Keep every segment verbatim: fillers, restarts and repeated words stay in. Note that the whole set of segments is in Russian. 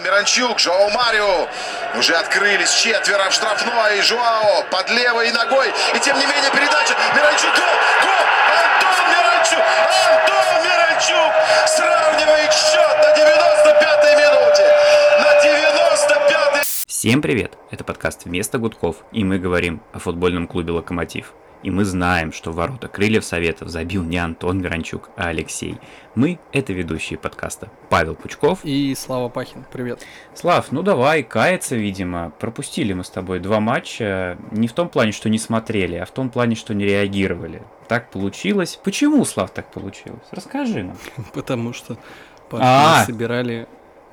Миранчук, Жоау Марио. Уже открылись четверо в штрафной. Жоао под левой ногой. И тем не менее передача. Миранчук. Гол! Гол! Антон Миранчук! Антон Миранчук сравнивает счет на девяносто пятой минуте. На девяносто пятой. Всем привет! Это подкаст «Вместо гудков», и мы говорим о футбольном клубе «Локомотив». И мы знаем, что в ворота Крыльев Советов забил не Антон Миранчук, а Алексей. Мы — это ведущие подкаста Павел Пучков и Слава Пахин. Привет. Слав, ну давай, каяться, видимо. Пропустили мы с тобой два матча. Не в том плане, что не смотрели, а в том плане, что не реагировали. Так получилось. Почему, Слав, так получилось? Расскажи нам. Потому что мы собирали...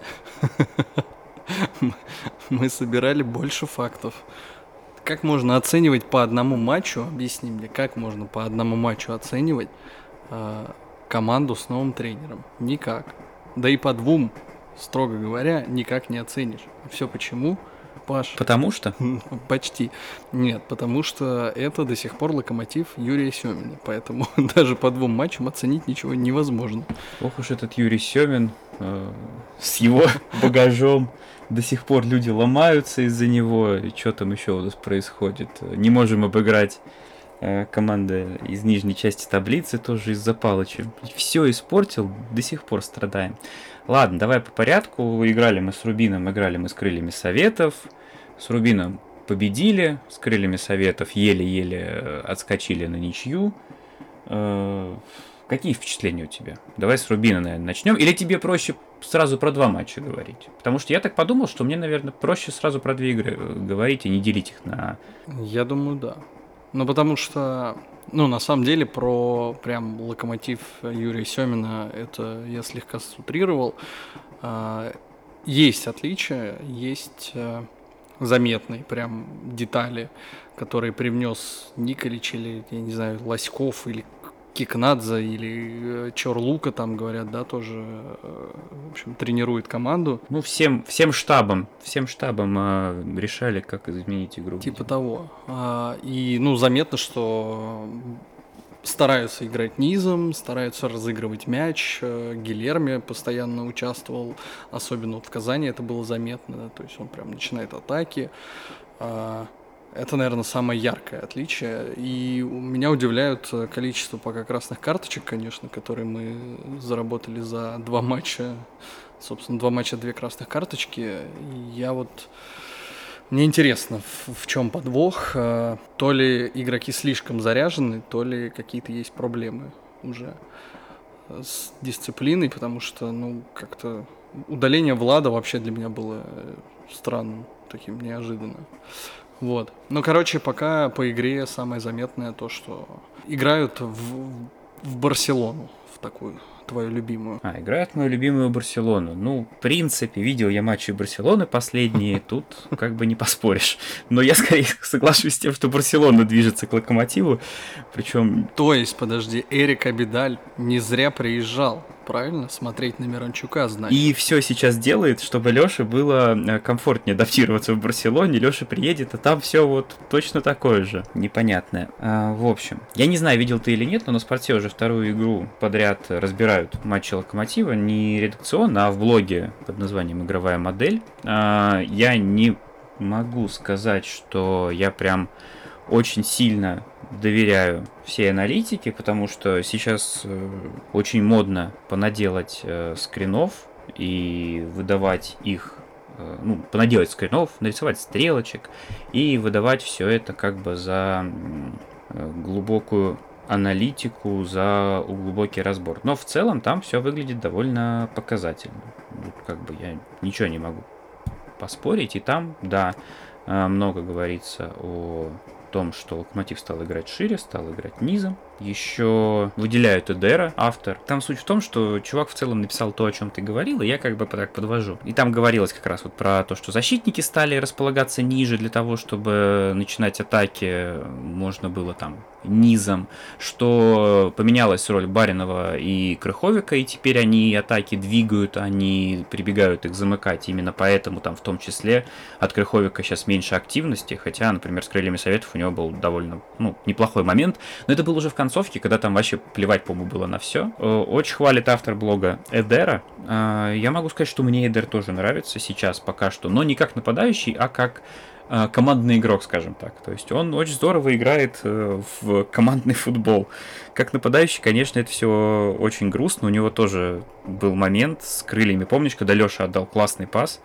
Мы собирали больше фактов. Как можно оценивать по одному матчу, объясни мне, как можно по одному матчу оценивать э, команду с новым тренером? Никак. Да и по двум, строго говоря, никак не оценишь. Все почему, Паш? Потому что? Почти. Нет, потому что это до сих пор Локомотив Юрия Семина. Поэтому даже по двум матчам оценить ничего невозможно. Ох уж этот Юрий Семин э, с его багажом. До сих пор люди ломаются из-за него. И что там еще у нас происходит? Не можем обыграть э, команды из нижней части таблицы, тоже из-за Палыча. Все испортил, до сих пор страдаем. Ладно, давай по порядку. Играли мы с Рубином, играли мы с Крыльями Советов. С Рубином победили, с Крыльями Советов еле-еле отскочили на ничью. Э, какие впечатления у тебя? Давай с Рубина, наверное, начнем. Или тебе проще сразу про два матча говорить? Потому что я так подумал, что мне, наверное, проще сразу про две игры говорить и не делить их на... Я думаю, да. Ну, потому что, ну, на самом деле, про прям Локомотив Юрия Семина это я слегка сутрировал. Есть отличия, есть заметные прям детали, которые привнес Николич или, я не знаю, Лоськов или Кикнадзе или Чорлука, там говорят, да, тоже, в общем, тренирует команду. Ну, всем, всем штабом, всем штабом э, решали, как изменить игру. Типа того. А, и, ну, заметно, что стараются играть низом, стараются разыгрывать мяч. Гильерми постоянно участвовал, особенно вот в Казани это было заметно, да, то есть он прям начинает атаки. А, Это, наверное, самое яркое отличие. И меня удивляют количество пока красных карточек, конечно, которые мы заработали за два матча. Собственно, два матча, две красных карточки. И я вот... Мне интересно, в, в чем подвох. То ли игроки слишком заряжены, то ли какие-то есть проблемы уже с дисциплиной, потому что, ну, как-то удаление Влада вообще для меня было странным, таким неожиданным. Вот. Ну, короче, пока по игре самое заметное то, что играют в, в Барселону, в такую твою любимую. А, играют в мою любимую Барселону. Ну, в принципе, видел я матчи Барселоны последние, тут как бы не поспоришь. Но я скорее соглашусь с тем, что Барселона движется к Локомотиву, причем... То есть, подожди, Эрик Абидаль не зря приезжал, правильно? Смотреть на Миранчука, значит. И все сейчас делает, чтобы Лёше было комфортнее адаптироваться в Барселоне. Лёша приедет, а там все вот точно такое же, непонятное. А, в общем, я не знаю, видел ты или нет, но на Спорте уже вторую игру подряд разбирают матчи Локомотива. Не редакционно, а в блоге под названием «Игровая модель». А, я не могу сказать, что я прям очень сильно доверяю всей аналитике, потому что сейчас э, очень модно понаделать э, скринов и выдавать их, э, ну, понаделать скринов, нарисовать стрелочек и выдавать все это как бы за э, глубокую аналитику, за глубокий разбор. Но в целом там все выглядит довольно показательно. Тут как бы я ничего не могу поспорить. И там, да, э, много говорится о том, что Локомотив стал играть шире, стал играть низом. Еще выделяют Эдера, автор. Там суть в том, что чувак в целом написал то, о чем ты говорил, и я как бы так подвожу. И там говорилось как раз вот про то, что защитники стали располагаться ниже для того, чтобы начинать атаки можно было там низом, что поменялась роль Баринова и Крыховика, и теперь они атаки двигают, они прибегают их замыкать. Именно поэтому там в том числе от Крыховика сейчас меньше активности, хотя, например, с Крыльями Советов у него был довольно, ну, неплохой момент, но это был уже в конце концовке, когда там вообще плевать, по-моему, было на все. Очень хвалит автор блога Эдера. Я могу сказать, что мне Эдер тоже нравится сейчас пока что, но не как нападающий, а как командный игрок, скажем так. То есть он очень здорово играет в командный футбол. Как нападающий, конечно, это все очень грустно. У него тоже был момент с крыльями. Помнишь, когда Леша отдал классный пас,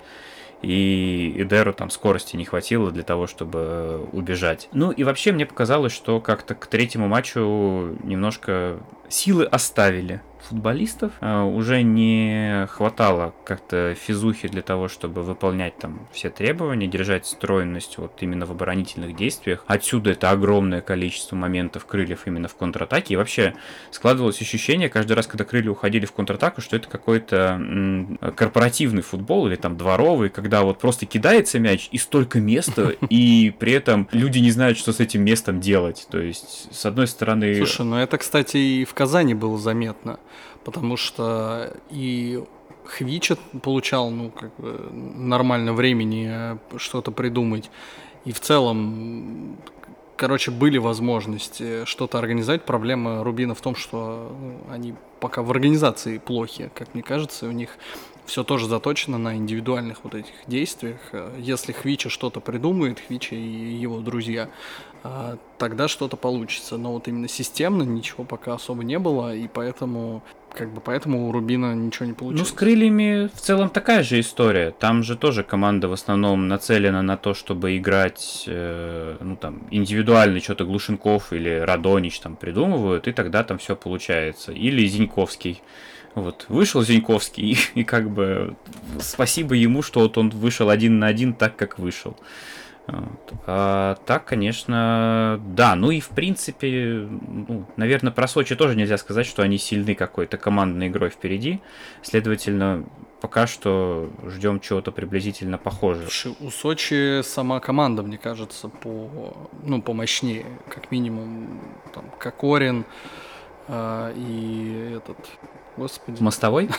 и Эдеру там скорости не хватило для того, чтобы убежать. Ну и вообще мне показалось, что как-то к третьему матчу немножко силы оставили футболистов. А, уже не хватало как-то физухи для того, чтобы выполнять там все требования, держать стройность вот именно в оборонительных действиях. Отсюда это огромное количество моментов крыльев именно в контратаке. И вообще складывалось ощущение каждый раз, когда крылья уходили в контратаку, что это какой-то м- корпоративный футбол или там дворовый, когда вот просто кидается мяч и столько места, и при этом люди не знают, что с этим местом делать. То есть, с одной стороны... Слушай, ну это, кстати, и в Казани было заметно, потому что и Хвича получал, ну, как бы нормально времени что-то придумать, и в целом, короче, были возможности что-то организовать. Проблема Рубина в том, что ну, они пока в организации плохи, как мне кажется, у них все тоже заточено на индивидуальных вот этих действиях. Если Хвича что-то придумает, Хвича и его друзья, тогда что-то получится. Но вот именно системно ничего пока особо не было, и поэтому, как бы, поэтому у Рубина ничего не получилось. Ну, с крыльями в целом такая же история. Там же тоже команда в основном нацелена на то, чтобы играть, э, ну, там, индивидуально что-то Глушенков или Радонич там придумывают, и тогда там все получается. Или Зиньковский. Вот, вышел Зиньковский, и, и как бы спасибо ему, что вот он вышел один на один так, как вышел. Вот. А так, конечно, да, ну и в принципе, ну, наверное, про Сочи тоже нельзя сказать, что они сильны какой-то командной игрой впереди. Следовательно, пока что ждем чего-то приблизительно похожего. У Сочи сама команда, мне кажется, по, ну, помощнее, как минимум, там, Кокорин э, и этот, господи. Мостовой?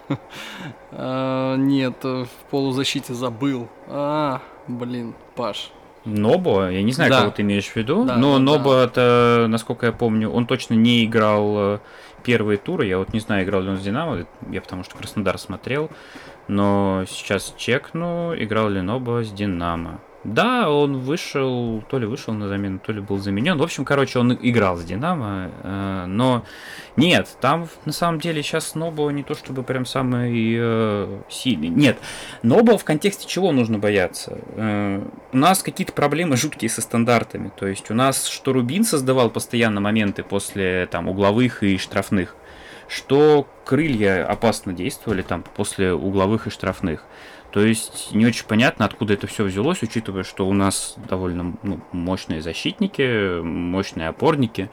Нет, в полузащите забыл. А, блин, Паш. Нобо, я не знаю, да. кого ты имеешь в виду, да, но да, Нобо да. это, насколько я помню, он точно не играл первые туры, я вот не знаю, играл ли он с Динамо, я потому что Краснодар смотрел, но сейчас чекну, играл ли Нобо с Динамо. Да, он вышел, то ли вышел на замену, то ли был заменен. В общем, короче, он играл с Динамо, э, но нет, там на самом деле сейчас Нобо не то чтобы прям самый э, сильный. Нет, Нобо в контексте чего нужно бояться? Э, у нас какие-то проблемы жуткие со стандартами. То есть у нас что Рубин создавал постоянно моменты после там угловых и штрафных, что крылья опасно действовали там после угловых и штрафных. То есть не очень понятно, откуда это все взялось, учитывая, что у нас довольно ну, мощные защитники, мощные опорники.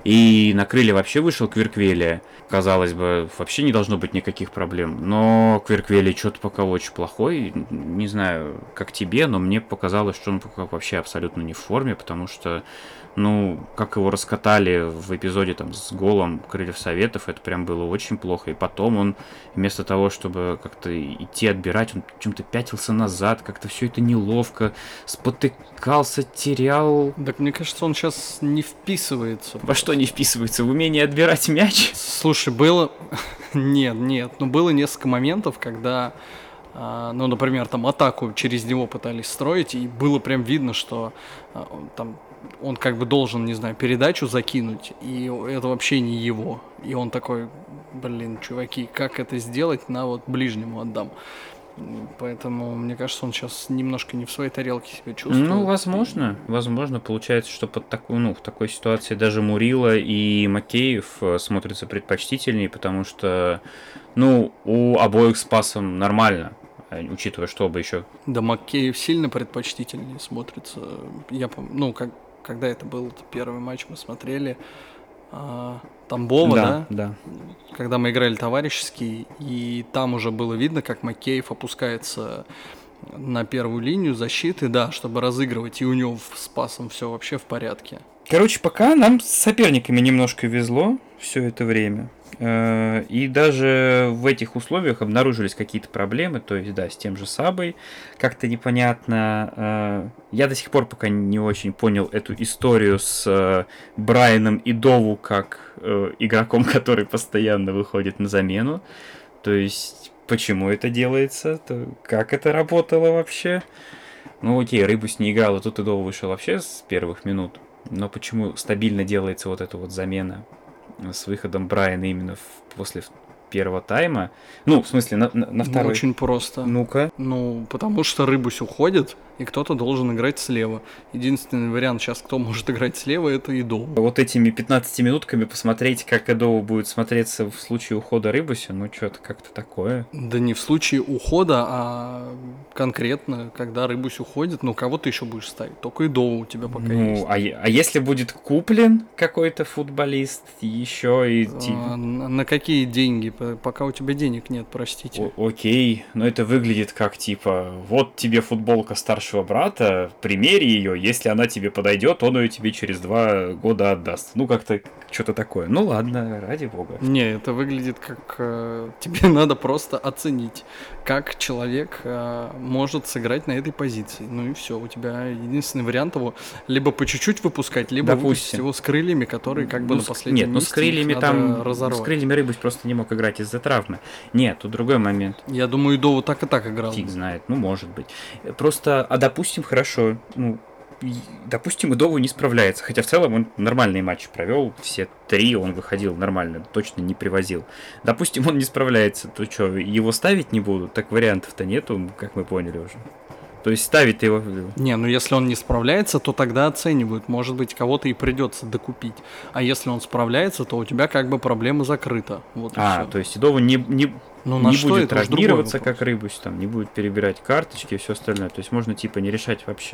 И на крылья вообще вышел Квирквелия. Казалось бы, вообще не должно быть никаких проблем. Но Квирквелия что-то пока очень плохой. Не знаю, как тебе, но мне показалось, что он пока вообще абсолютно не в форме, потому что, ну, как его раскатали в эпизоде там с голом Крыльев Советов, это прям было очень плохо. И потом он, вместо того, чтобы как-то идти отбирать, он чем-то пятился назад, как-то все это неловко, спотыкался, терял. Так мне кажется, он сейчас не вписывается. Во что не вписывается? В умение отбирать мяч? Слушай, было... нет, нет, ну было несколько моментов, когда, э, ну, например, там атаку через него пытались строить, и было прям видно, что э, там он как бы должен, не знаю, передачу закинуть, и это вообще не его. И он такой, блин, чуваки, как это сделать, на вот ближнему отдам. Поэтому, мне кажется, он сейчас немножко не в своей тарелке себя чувствует. Ну, возможно. И... Возможно, получается, что под такой, ну, в такой ситуации даже Мурила и Макеев смотрятся предпочтительнее, потому что, ну, у обоих с пасом нормально, учитывая, что оба еще... Да, Макеев сильно предпочтительнее смотрится. Я помню, ну, как, когда это был первый матч, мы смотрели... Тамбова, да, да? Да. Когда мы играли товарищеский, и там уже было видно, как Макеев опускается на первую линию защиты, да, чтобы разыгрывать, и у него с пасом все вообще в порядке. Короче, пока нам с соперниками немножко везло все это время. И даже в этих условиях обнаружились какие-то проблемы, то есть, да, с тем же Сабой как-то непонятно. Я до сих пор пока не очень понял эту историю с Брайаном и Дову как игроком, который постоянно выходит на замену. То есть, почему это делается, как это работало вообще. Ну окей, Рыбус не играл, и тут и Дову вышел вообще с первых минут. Но почему стабильно делается вот эта вот замена с выходом Брайана именно в, после первого тайма? Ну, в смысле, на, на, на второй. Очень просто. Ну-ка. Ну, потому что Рыбусь уходит, и кто-то должен играть слева. Единственный вариант сейчас, кто может играть слева, это Идоу. Вот этими пятнадцатью минутками посмотреть, как Идоу будет смотреться в случае ухода Рыбуся, ну, что-то как-то такое. Да не в случае ухода, а конкретно, когда Рыбусь уходит, ну, кого ты еще будешь ставить? Только Идоу у тебя пока ну, есть. А, а если будет куплен какой-то футболист еще и... А, на, на какие деньги? Пока у тебя денег нет, простите. О- окей, но это выглядит как, типа, вот тебе футболка старшего брата, примери ее, если она тебе подойдет, он ее тебе через два года отдаст. Ну, как-то что-то такое. Ну, ладно, ради бога. Не, это выглядит как... Э, тебе надо просто оценить, как человек э, может сыграть на этой позиции. Ну и все, у тебя единственный вариант его либо по чуть-чуть выпускать, либо Допустим. выпустить его с крыльями, которые как бы ну, на последнем Нет, ну с крыльями там... разорвать. С крыльями Рыбусь просто не мог играть из-за травмы. Нет, тут другой момент. Я думаю, Идоу так и так играл. Фиг знает, ну может быть. Просто, а допустим, хорошо, ну, допустим, Идоу не справляется, хотя в целом он нормальные матчи провел, все три он выходил нормально, точно не привозил. Допустим, он не справляется, то что, его ставить не будут? Так вариантов-то нету, как мы поняли уже. То есть ставить его... Не, ну если он не справляется, то тогда оценивают. Может быть, кого-то и придется докупить. А если он справляется, то у тебя как бы проблема закрыта. Вот а, то есть Идоу не, не, ну, не что будет это травмироваться, как Рыбусь, там, не будет перебирать карточки и все остальное. То есть можно типа не решать вообще.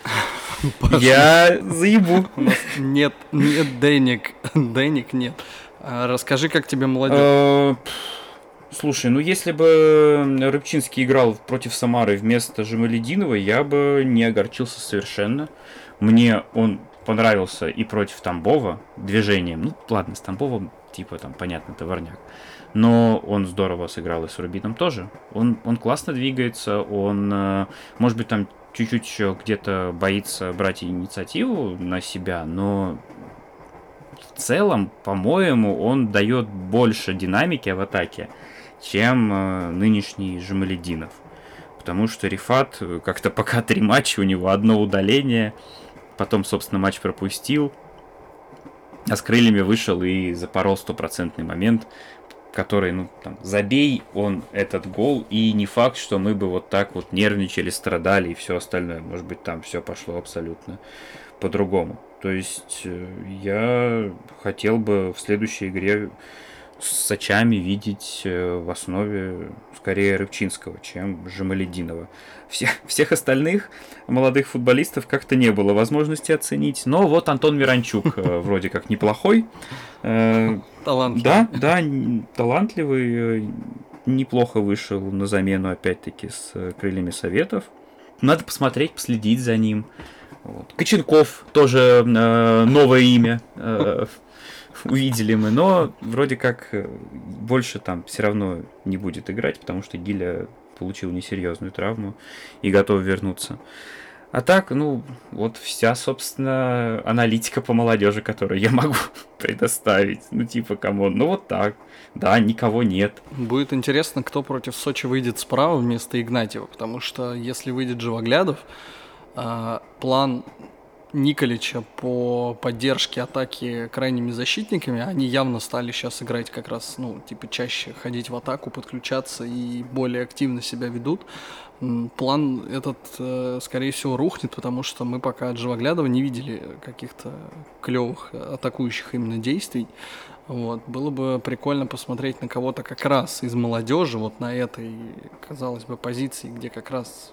Я заебу. У нас нет, нет денег. Денег нет. Расскажи, как тебе молодежь. Слушай, ну если бы Рыбчинский играл против Самары вместо Жамалединова, я бы не огорчился совершенно. Мне он понравился и против Тамбова движением. Ну, ладно, с Тамбовым, типа, там, понятно, товарняк. Но он здорово сыграл и с Рубином тоже. Он, он классно двигается, он, может быть, там чуть-чуть еще где-то боится брать инициативу на себя, но... В целом, по-моему, он дает больше динамики в атаке, чем э, нынешний Жамалединов. Потому что Рифат как-то пока три матча, у него одно удаление, потом, собственно, матч пропустил, а с крыльями вышел и запорол стопроцентный момент, который, ну, там, забей он этот гол, и не факт, что мы бы вот так вот нервничали, страдали и все остальное. Может быть, там все пошло абсолютно по-другому. То есть я хотел бы в следующей игре с Сачами видеть в основе скорее Рыбчинского, чем Жамалединова. Всех, всех остальных молодых футболистов как-то не было возможности оценить. Но вот Антон Миранчук вроде как неплохой. Талантливый. Да, да, талантливый. Неплохо вышел на замену опять-таки с крыльями Советов. Надо посмотреть, последить за ним. Вот. Коченков тоже э, новое имя э, увидели мы, но вроде как больше там все равно не будет играть, потому что Гиля получил несерьезную травму и готов вернуться. А так, ну, вот вся, собственно, аналитика по молодежи, которую я могу предоставить. Ну, типа, камон, ну вот так. Да, никого нет. Будет интересно, кто против Сочи выйдет справа вместо Игнатьева, потому что если выйдет Живоглядов, план Николича по поддержке атаки крайними защитниками, они явно стали сейчас играть как раз, ну, типа чаще ходить в атаку, подключаться и более активно себя ведут. План этот, скорее всего, рухнет, потому что мы пока от Живоглядова не видели каких-то клевых атакующих именно действий. Вот. Было бы прикольно посмотреть на кого-то как раз из молодежи, вот на этой, казалось бы, позиции, где как раз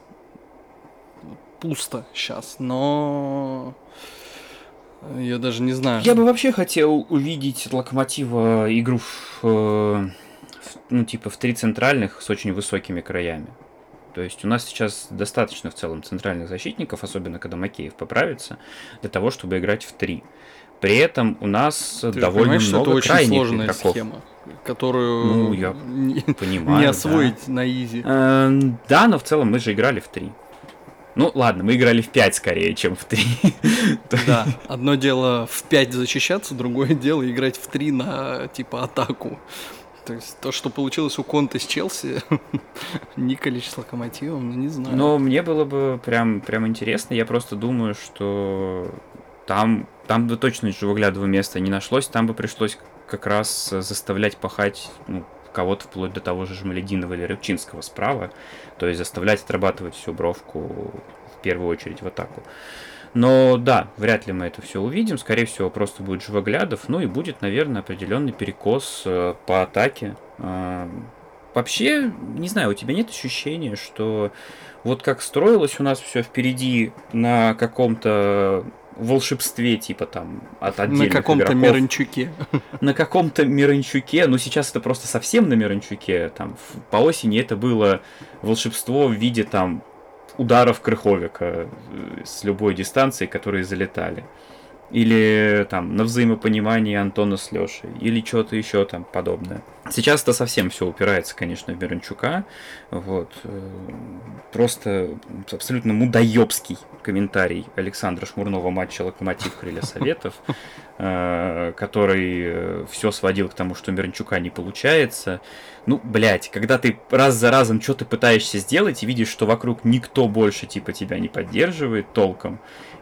пусто сейчас, но я даже не знаю. Я бы вообще хотел увидеть от Локомотива игру в, в, ну, типа в три центральных с очень высокими краями. То есть у нас сейчас достаточно в целом центральных защитников, особенно когда Макеев поправится, для того, чтобы играть в три. При этом у нас Ты довольно же много что это очень крайних сложная игроков. схема, которую Ну, я не, понимаю, не да. освоить на изи. Эм, Да, но в целом мы же играли в три. Ну, ладно, мы играли в пять скорее, чем в три. Да, одно дело в пять защищаться, другое дело играть в три на, типа, атаку. То есть то, что получилось у Конте с Челси, Николич с Локомотивом, ну не знаю. Но мне было бы прям, прям интересно. Я просто думаю, что там, там бы точно живоглядного места не нашлось. Там бы пришлось как раз заставлять пахать, ну, кого-то вплоть до того же Жмалединова или Рыбчинского справа. То есть заставлять отрабатывать всю бровку в первую очередь в атаку. Но да, вряд ли мы это все увидим. Скорее всего, просто будет Живоглядов. Ну и будет, наверное, определенный перекос э, по атаке. Э, вообще, не знаю, у тебя нет ощущения, что вот как строилось у нас все впереди на каком-то волшебстве, типа там от отдельных На каком-то игроков, Миранчуке. на каком-то Миранчуке, ну сейчас это просто совсем на Миранчуке, там в- по осени это было волшебство в виде там ударов Крыховика э, с любой дистанции, которые залетали. Или там на взаимопонимании Антона с Лешей, или что-то еще там подобное. Сейчас это совсем все упирается, конечно, в Миранчука. Вот. э, Просто абсолютно мудоебский комментарий Александра Шмурнова матча «Локомотив Крылья Советов», э, который все сводил к тому, что Миранчука не получается. Ну, блядь, когда ты раз за разом что-то пытаешься сделать и видишь, что вокруг никто больше типа тебя не поддерживает толком,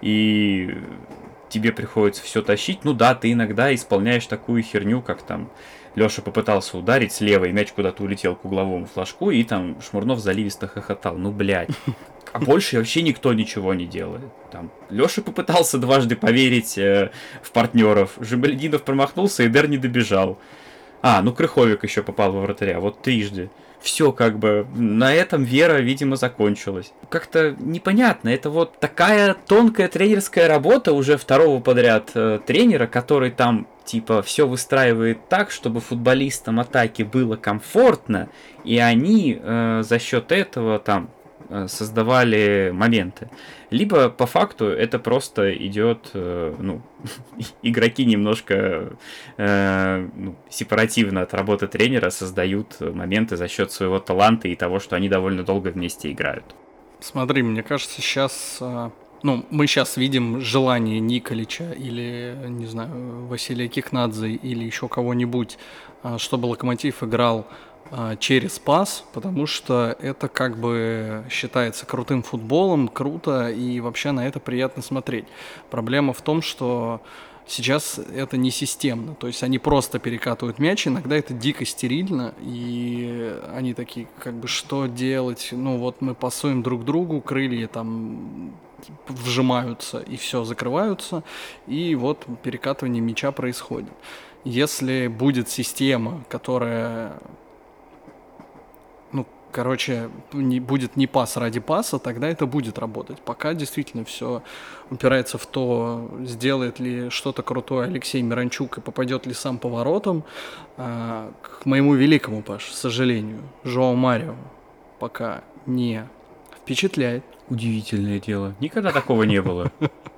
и тебе приходится все тащить, ну да, ты иногда исполняешь такую херню, как там Леша попытался ударить слева, и мяч куда-то улетел к угловому флажку, и там Шмурнов заливисто хохотал. Ну, блядь. А больше вообще никто ничего не делает. Там Леша попытался дважды поверить э, в партнеров. Жемальдинов промахнулся, Эдер не добежал. А, ну Крыховик еще попал во вратаря, вот трижды. Все как бы, на этом вера, видимо, закончилась. Как-то непонятно, это вот такая тонкая тренерская работа уже второго подряд э, тренера, который там типа все выстраивает так, чтобы футболистам атаки было комфортно, и они э, за счет этого там э, создавали моменты. Либо по факту это просто идет, э, ну, игроки немножко э, ну, сепаративно от работы тренера создают моменты за счет своего таланта и того, что они довольно долго вместе играют. Смотри, мне кажется, сейчас... Ну, мы сейчас видим желание Николича или, не знаю, Василия Кикнадзе или еще кого-нибудь, а, чтобы Локомотив играл а, через пас, потому что это как бы считается крутым футболом, круто, и вообще на это приятно смотреть. Проблема в том, что сейчас это не системно, то есть они просто перекатывают мяч, иногда это дико стерильно, и они такие, как бы, что делать? Ну вот мы пасуем друг другу, крылья там вжимаются и все, закрываются, и вот перекатывание мяча происходит. Если будет система, которая, ну, короче, не, будет не пас ради паса, тогда это будет работать. Пока действительно все упирается в то, сделает ли что-то крутое Алексей Миранчук и попадет ли сам по воротам. А, к моему великому, Паш, сожалению, Жоао Марио пока не впечатляет. Удивительное дело. Никогда такого не было.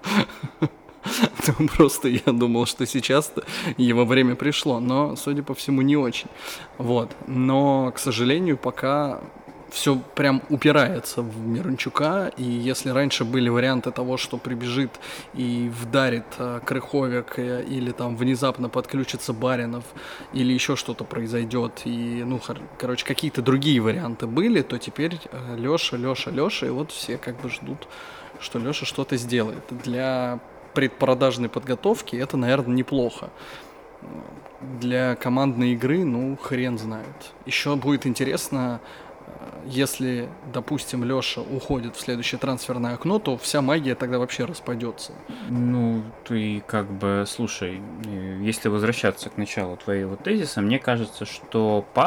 Просто я думал, что сейчас его время пришло, но, судя по всему, не очень. Вот. Но, к сожалению, пока все прям упирается в Миранчука, и если раньше были варианты того, что прибежит и вдарит э, Крыховик, э, или там внезапно подключится Баринов, или еще что-то произойдет, и, ну, хор- короче, какие-то другие варианты были, то теперь э, Леша, Леша, Леша, и вот все как бы ждут, что Леша что-то сделает. Для предпродажной подготовки это, наверное, неплохо. Для командной игры, ну, хрен знает. Еще будет интересно, если, допустим, Леша уходит в следующее трансферное окно, то вся магия тогда вообще распадется. Ну, ты как бы, слушай, э, если возвращаться к началу твоего тезиса, мне кажется, что пас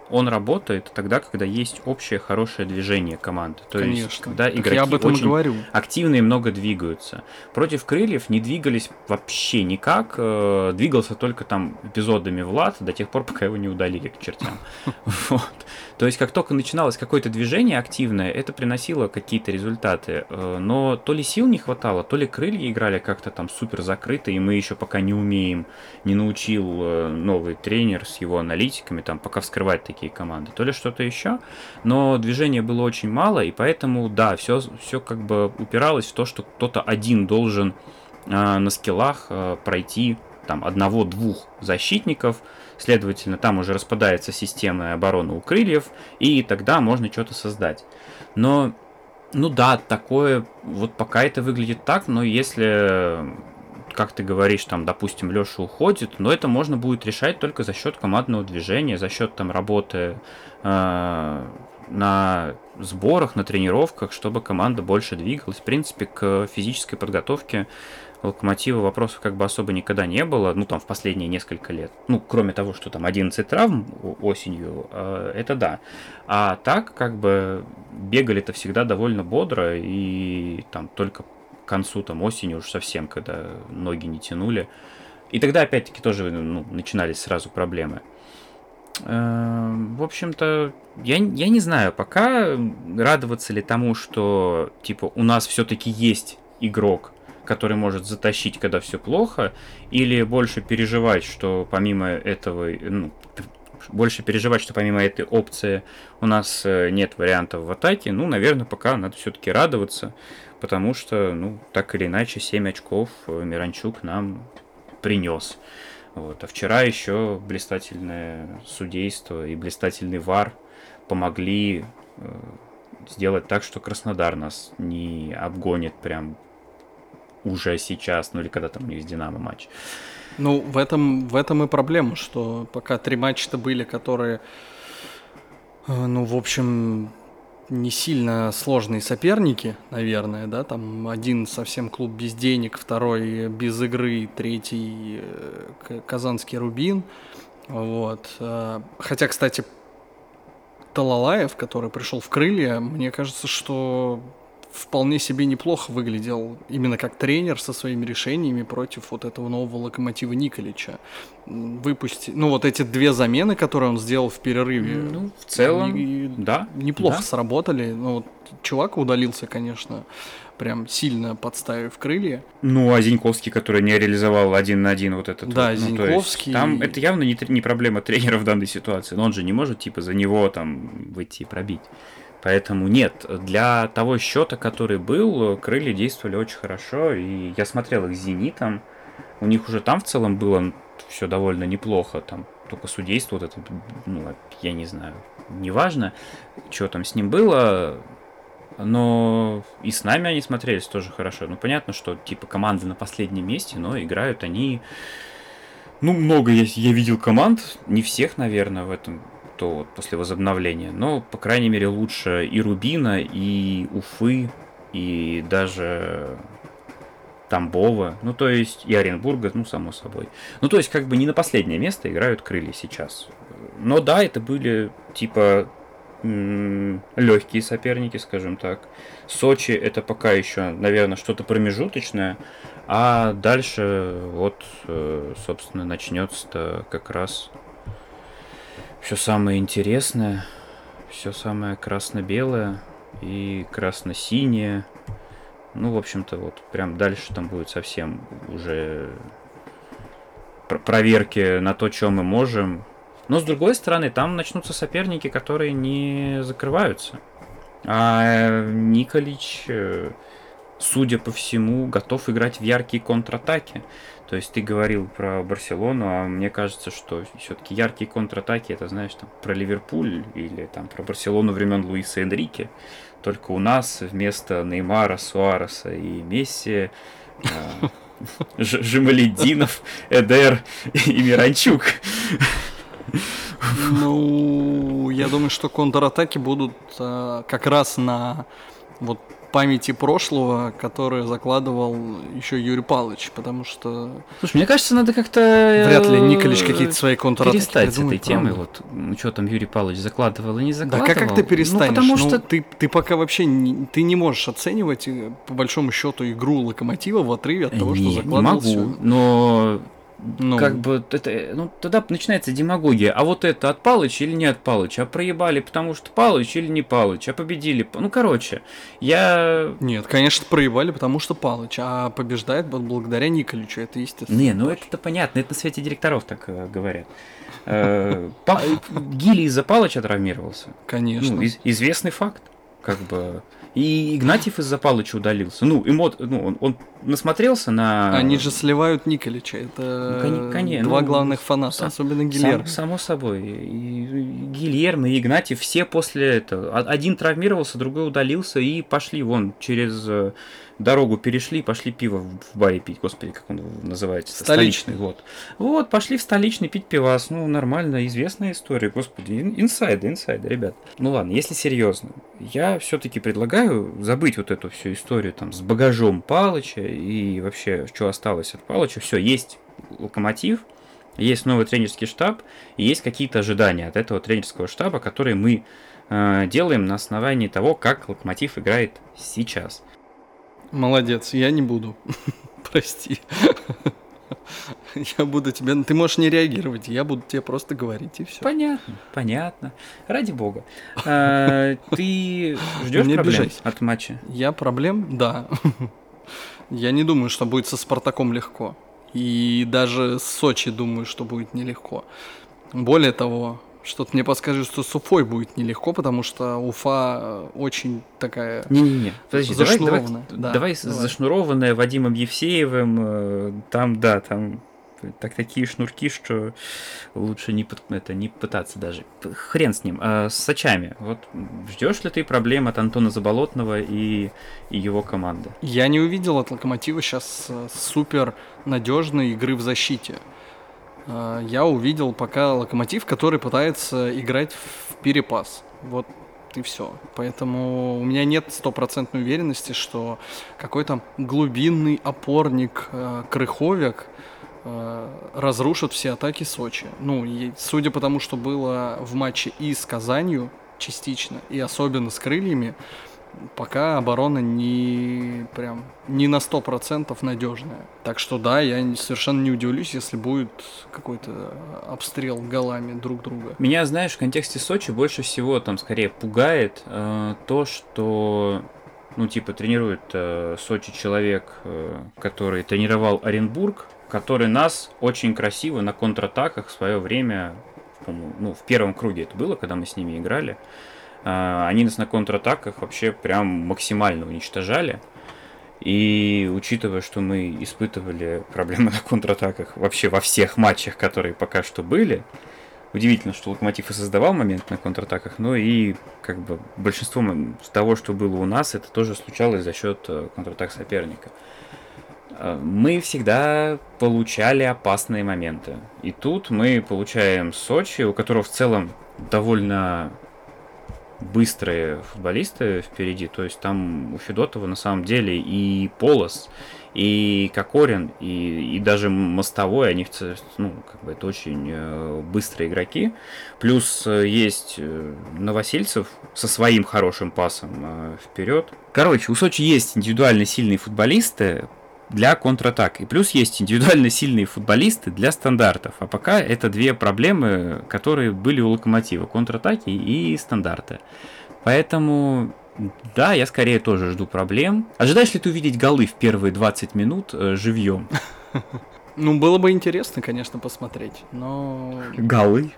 он работает тогда, когда есть общее хорошее движение команды. То Конечно. есть, когда Так игроки я об этом и очень говорю. активно и много двигаются. Против крыльев не двигались вообще никак. э, Двигался только там эпизодами Влад до тех пор, пока его не удалили к чертям. Вот. То есть, как только начиналось какое-то движение активное, это приносило какие-то результаты. Э, Но то ли сил не хватало, то ли крылья играли как-то там супер закрыто, и мы еще пока не умеем, не научил э, новый тренер с его аналитиками там пока вскрывать такие команды, то ли что-то еще. Но движения было очень мало, и поэтому, да, все, все как бы упиралось в то, что кто-то один должен э, на скиллах э, пройти там одного-двух защитников, следовательно, там уже распадается система обороны у крыльев, и тогда можно что-то создать. Но, ну да, такое, вот пока это выглядит так, но если, как ты говоришь, там, допустим, Леша уходит, но это можно будет решать только за счет командного движения, за счет там работы э, на сборах, на тренировках, чтобы команда больше двигалась. В принципе, к физической подготовке Локомотива вопросов как бы особо никогда не было, ну, там, в последние несколько лет. Ну, кроме того, что там одиннадцать травм осенью, э, это да. А так, как бы, бегали-то всегда довольно бодро, и там только к концу там осени уж совсем, когда ноги не тянули. И тогда, опять-таки, тоже ну, начинались сразу проблемы. Э, в общем-то, я, я не знаю, пока радоваться ли тому, что, типа, у нас все-таки есть игрок, который может затащить, когда все плохо, или больше переживать, что помимо этого, ну, больше переживать, что помимо этой опции у нас нет вариантов в атаке, ну, наверное, пока надо все-таки радоваться, потому что, ну, так или иначе, семь очков Миранчук нам принес. Вот. А вчера еще блистательное судейство и блистательный вар помогли э, сделать так, что Краснодар нас не обгонит прям уже сейчас, ну или когда там у них с Динамо матч. Ну, в этом, в этом и проблема, что пока три матча-то были, которые, ну, в общем, не сильно сложные соперники, наверное, да, там один совсем клуб без денег, второй без игры, третий казанский Рубин, вот. Хотя, кстати, Талалаев, который пришел в крылья, мне кажется, что вполне себе неплохо выглядел именно как тренер со своими решениями против вот этого нового Локомотива Николича. Выпусти... Ну, вот эти две замены, которые он сделал в перерыве, ну, в целом, и... да, неплохо да. сработали. Ну, вот чувак удалился, конечно, прям сильно подставив крылья. Ну, а Зиньковский, который не реализовал один на один вот этот... Да, вот, ну, Зиньковский... Там это явно не, не проблема тренера в данной ситуации, но он же не может, типа, за него там выйти и пробить. Поэтому нет, для того счета, который был, крылья действовали очень хорошо, и я смотрел их с «Зенитом», у них уже там в целом было все довольно неплохо, там только судейство вот это, ну, я не знаю, неважно, что там с ним было, но и с нами они смотрелись тоже хорошо. Ну, понятно, что, типа, команды на последнем месте, но играют они... Ну, много я, я видел команд, не всех, наверное, в этом... то вот после возобновления, но, по крайней мере, лучше и Рубина, и Уфы, и даже Тамбова, ну, то есть, и Оренбурга, ну, само собой. Ну, то есть, как бы не на последнее место играют крылья сейчас. Но да, это были, типа, м- легкие соперники, скажем так. Сочи это пока еще, наверное, что-то промежуточное, а дальше вот, собственно, начнется-то как раз... Все самое интересное, все самое красно-белое и красно-синее. Ну, в общем-то, вот прям дальше там будет совсем уже проверки на то, что мы можем. Но, с другой стороны, там начнутся соперники, которые не закрываются. А Николич, судя по всему, готов играть в яркие контратаки. То есть ты говорил про Барселону, а мне кажется, что все-таки яркие контратаки, это, знаешь, там, про Ливерпуль или там про Барселону времен Луиса Энрике. Только у нас вместо Неймара, Суареса и Месси Жемаледдинов, Эдер и Миранчук. Ну, я думаю, что контратаки будут как раз на вот памяти прошлого, которое закладывал еще Юрий Павлович, потому что... Слушай, мне кажется, надо как-то... Вряд ли Николич какие-то свои контратаки перестать с этой придумает, темой, правда. вот, ну, что там Юрий Павлович закладывал и не Да закладывал. как, как ты перестанешь? Ну, потому Ну, что... ты, ты пока вообще не, ты не можешь оценивать, э, по большому счету, игру Локомотива в отрыве от того, не, что не закладывал могу, но... Ну, Как бы, это, ну, тогда начинается демагогия. А вот это от Палыча или не от Палыча? А проебали, потому что Палыч или не Палыч? А победили? Ну, короче, я... Нет, конечно, проебали, потому что Палыч, а побеждает вот благодаря Николичу, это естественно. Не, ну это-то понятно, это на свете директоров так э, говорят. Э, Па- Гили из-за Палыча травмировался. Конечно. Ну, из- известный факт, как бы. И Игнатьев из-за Палыча удалился. Ну, эмо... ну он, он насмотрелся на... Они же сливают Николича, это Ну, коне- коне- два ну, главных фаната, сам- особенно Сам- Гильермо. само собой. И Гильермо, и Игнатьев, все после этого. А- Один травмировался, другой удалился, и пошли вон через э, дорогу перешли, пошли пиво в в баре пить. Господи, как он называется? Столичный. Вот. Вот, пошли в столичный пить пивас. Ну, нормально, известная история. Господи, ин- инсайды, инсайды, ребят. Ну ладно, если серьезно, я все-таки предлагаю забыть вот эту всю историю там с багажом Палыча и вообще, что осталось от Палыча. Все, есть Локомотив, есть новый тренерский штаб, и есть какие-то ожидания от этого тренерского штаба, которые мы э, делаем на основании того, как Локомотив играет сейчас. Молодец, я не буду. Прости. Я буду тебе... Ты можешь не реагировать, я буду тебе просто говорить, и все. Понятно, понятно. Ради бога. А, ты ждешь Не проблем обижайся. от матча? Я проблем? Да. Я не думаю, что будет со Спартаком легко. И даже с Сочи думаю, что будет нелегко. Более того, что-то мне подскажет, что с Уфой будет нелегко, потому что Уфа э, очень такая... Не-не-не, подожди, давай, давай, Зашнурованная, да, давай давай. зашнурованная Вадимом Евсеевым, э, там, да, там так такие шнурки, что лучше не, под- это, не пытаться даже. П- Хрен с ним. А с Сочами, вот ждешь ли ты проблем от Антона Заболотного и, и его команды? Я не увидел от Локомотива сейчас супер надежной игры в защите. Э, Я увидел пока Локомотив, который пытается играть в перепас. Вот и все. Поэтому у меня нет стопроцентной уверенности, что какой-то глубинный опорник э, Крыховик э, разрушит все атаки Сочи. Ну, и судя по тому, что было в матче и с Казанью частично, и особенно с Крыльями, пока оборона не прям не на сто процентов надежная. Так что да, я не- совершенно не удивлюсь, если будет какой-то обстрел голами друг друга. Меня, знаешь, в контексте Сочи больше всего там скорее пугает э, то, что, ну, типа, тренирует э, Сочи человек, э, который тренировал Оренбург, который нас очень красиво на контратаках в свое время, по-моему, ну, в первом круге это было, когда мы с ними играли, э, они нас на контратаках вообще прям максимально уничтожали. И учитывая, что мы испытывали проблемы на контратаках вообще во всех матчах, которые пока что были, удивительно, что Локомотив и создавал момент на контратаках, но и как бы большинство м- того, что было у нас, это тоже случалось за счет э, контратак соперника. Э, Мы всегда получали опасные моменты. И тут мы получаем Сочи, у которого в целом довольно быстрые футболисты впереди. То есть там у Федотова на самом деле и Полос, и Кокорин, и, и даже Мостовой, они в ц- ну, как бы это очень э, быстрые игроки. Плюс э, есть э, Новосельцев со своим хорошим пасом э, вперед. Короче, у Сочи есть индивидуально сильные футболисты для контратак. И плюс есть индивидуально сильные футболисты для стандартов. А пока это две проблемы, которые были у Локомотива. Контратаки и стандарты. Поэтому, да, я скорее тоже жду проблем. Ожидаешь ли ты увидеть голы в первые двадцать минут э, живьем? Ну, было бы интересно, конечно, посмотреть, но... Голы?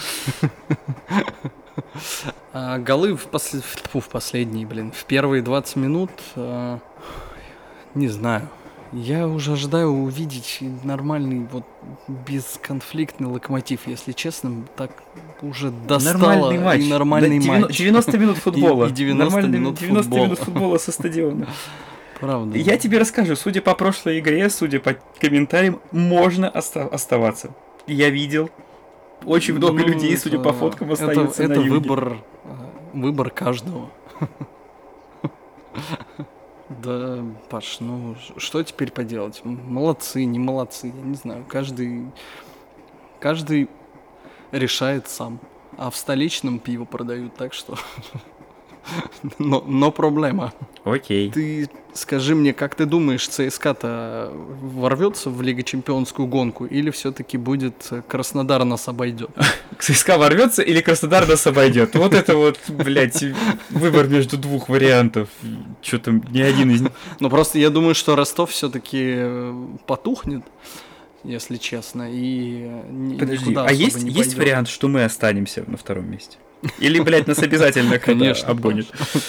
А, голы в, пос- фу, в последние, блин, в первые двадцать минут, а, не знаю. Я уже ожидаю увидеть нормальный, вот, бесконфликтный Локомотив, если честно, так уже достало. Нормальный матч. И нормальный Да, девяно- матч. девяносто минут футбола. И- и девяносто Нормальный- минут девяносто футбола. минут футбола со стадиона. Правда. Я тебе расскажу, судя по прошлой игре, судя по комментариям, можно оста- оставаться. Я видел. Очень много Ну, людей, судя это- по фоткам, это- остаются Это на юге. выбор, э, выбор каждого. Да, Паш, ну что теперь поделать? Молодцы, не молодцы, я не знаю. Каждый, каждый решает сам. А в столичном пиво продают, так что... Но, но проблема. Окей. Ты скажи мне, как ты думаешь, ЦСКА-то ворвется в Лига Чемпионскую гонку или все-таки будет Краснодар нас обойдет? ЦСКА ворвется или Краснодар нас обойдет? Вот это вот, блядь, выбор между двух вариантов. Что-то ни один из них. Ну просто я думаю, что Ростов все-таки потухнет, если честно, и Подожди, никуда а есть, не есть пойдет. вариант, что мы останемся на втором месте? Или, блядь, нас обязательно кто-то Конечно, обгонит?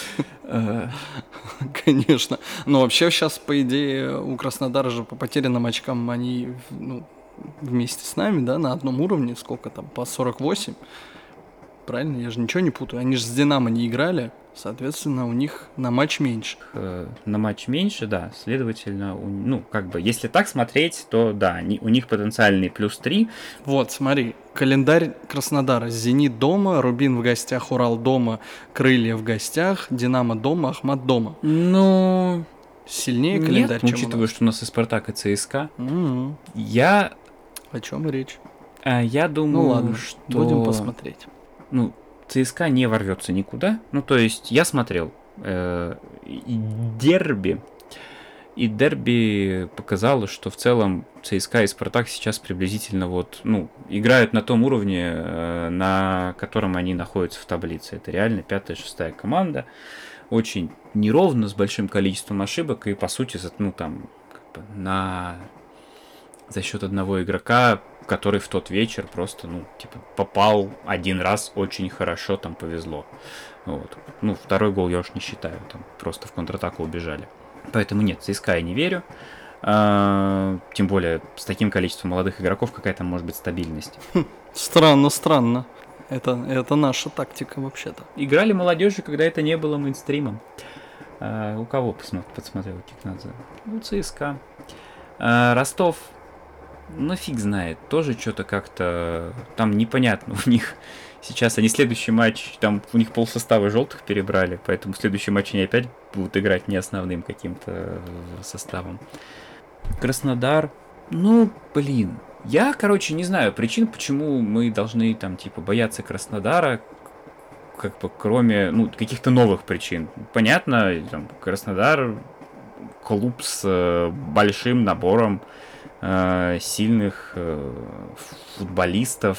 Конечно. Но вообще сейчас, по идее, у Краснодара же по потерянным очкам они ну, вместе с нами, да, на одном уровне, сколько там, по сорок восемь. Правильно? Я же ничего не путаю. Они же с Динамо не играли, соответственно, у них на матч меньше. Э, На матч меньше, да, следовательно, у- ну, как бы, если так смотреть, то да, они- у них потенциальный плюс три. Вот, смотри, календарь Краснодара. Зенит дома, Рубин в гостях, Урал дома, Крылья в гостях, Динамо дома, Ахмат дома. Ну, Сильнее нет, календарь, чем учитывая, у нас. что у нас и Спартак, и ЦСКА. М-м. Я, О чем речь? э, я думаю, Ну ладно, что... будем посмотреть. Ну, ЦСКА не ворвется никуда. Ну, то есть, я смотрел э, и дерби, и дерби показало, что в целом ЦСКА и Спартак сейчас приблизительно вот, ну, играют на том уровне, э, на котором они находятся в таблице. Это реально пятая-шестая команда. Очень неровно, с большим количеством ошибок, и по сути, за- ну, там, как бы на... за счет одного игрока, который в тот вечер просто, ну, типа, попал один раз очень хорошо, там повезло. Вот. Ну, второй гол я уж не считаю, там просто в контратаку убежали. Поэтому нет, ЦСКА я не верю. А, тем более с таким количеством молодых игроков какая там может быть стабильность. Странно, странно. Это, это наша тактика вообще-то. Играли молодежи, когда это не было мейнстримом. А, у кого посмотр- подсмотрел Кикнадзе? У ЦСКА. А, Ростов, ну фиг знает, тоже что-то как-то там непонятно у них. Сейчас они следующий матч, там у них полсостава желтых перебрали, поэтому следующий матч они опять будут играть не основным каким-то э, составом. Краснодар, ну блин, я, короче, не знаю причин, почему мы должны там типа бояться Краснодара, как бы кроме, ну, каких-то новых причин. Понятно, там, Краснодар клуб с э, большим набором э, сильных э, футболистов,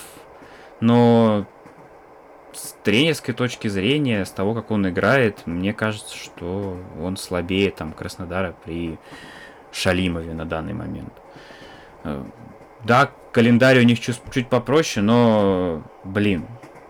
но с тренерской точки зрения, с того, как он играет, мне кажется, что он слабее там Краснодара при Шалимове на данный момент. Э, Да, календарь у них чуть, чуть попроще, но, блин,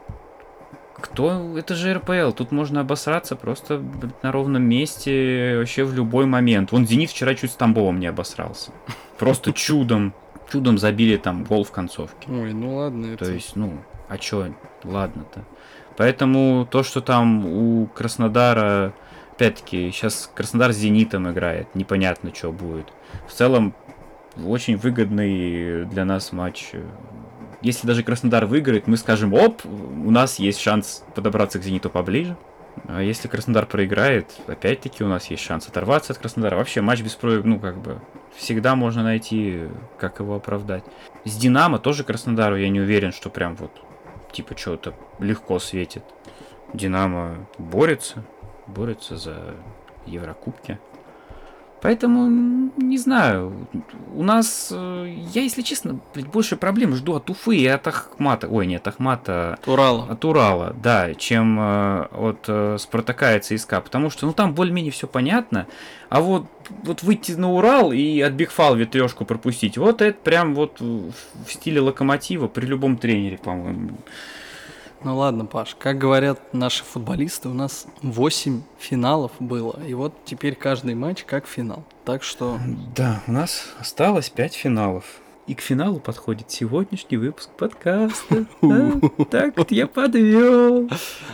кто? Это же эр пэ эл, тут можно обосраться просто блин, на ровном месте вообще в любой момент. Вон Зенит вчера чуть с Тамбовом не обосрался. Просто чудом, чудом забили там гол в концовке. Ой, ну ладно. Это... То есть, ну, а чё, ладно-то. Поэтому то, что там у Краснодара, опять-таки, сейчас Краснодар с Зенитом играет, непонятно, что будет. В целом, очень выгодный для нас матч. Если даже Краснодар выиграет, мы скажем, оп, у нас есть шанс подобраться к Зениту поближе. А если Краснодар проиграет, опять-таки у нас есть шанс оторваться от Краснодара. Вообще матч без проигрыша, ну как бы, всегда можно найти, как его оправдать. С Динамо тоже Краснодару я не уверен, что прям вот, типа, что-то легко светит. Динамо борется, борется за Еврокубки. Поэтому, не знаю, у нас, я, если честно, больше проблем жду от Уфы и от Ахмата, ой, нет, Ахмата, Урала. от Урала, да, чем э, от э, Спартака и ЦСКА, потому что, ну, там более-менее все понятно, а вот, вот выйти на Урал и от Бигфалви трешку пропустить, вот это прям вот в стиле Локомотива при любом тренере, по-моему. Ну ладно, Паш, как говорят наши футболисты, у нас восемь финалов было, и вот теперь каждый матч как финал. Так что... Да, у нас осталось пять финалов. И к финалу подходит сегодняшний выпуск подкаста. А, так вот я подвел.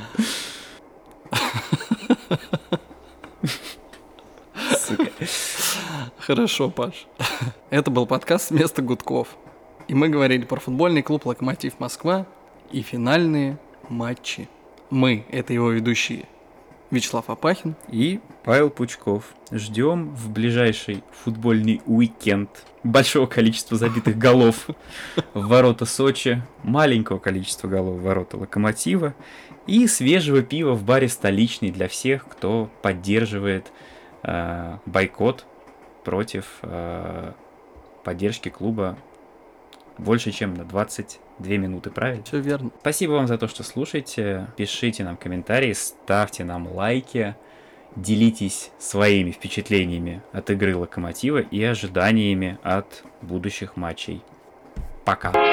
Сука. Хорошо, Паш. Это был подкаст «Вместо гудков». И мы говорили про футбольный клуб «Локомотив Москва» и финальные матчи. Мы — это его ведущие Вячеслав Апахин и Павел Пучков. Ждем в ближайший футбольный уикенд большого количества забитых голов в ворота Сочи, маленького количества голов в ворота Локомотива и свежего пива в баре «Столичный» для всех, кто поддерживает э, бойкот против э, поддержки клуба больше, чем на двадцать две минуты, правильно? Все верно. Спасибо вам за то, что слушаете. Пишите нам комментарии, ставьте нам лайки, делитесь своими впечатлениями от игры Локомотива и ожиданиями от будущих матчей. Пока.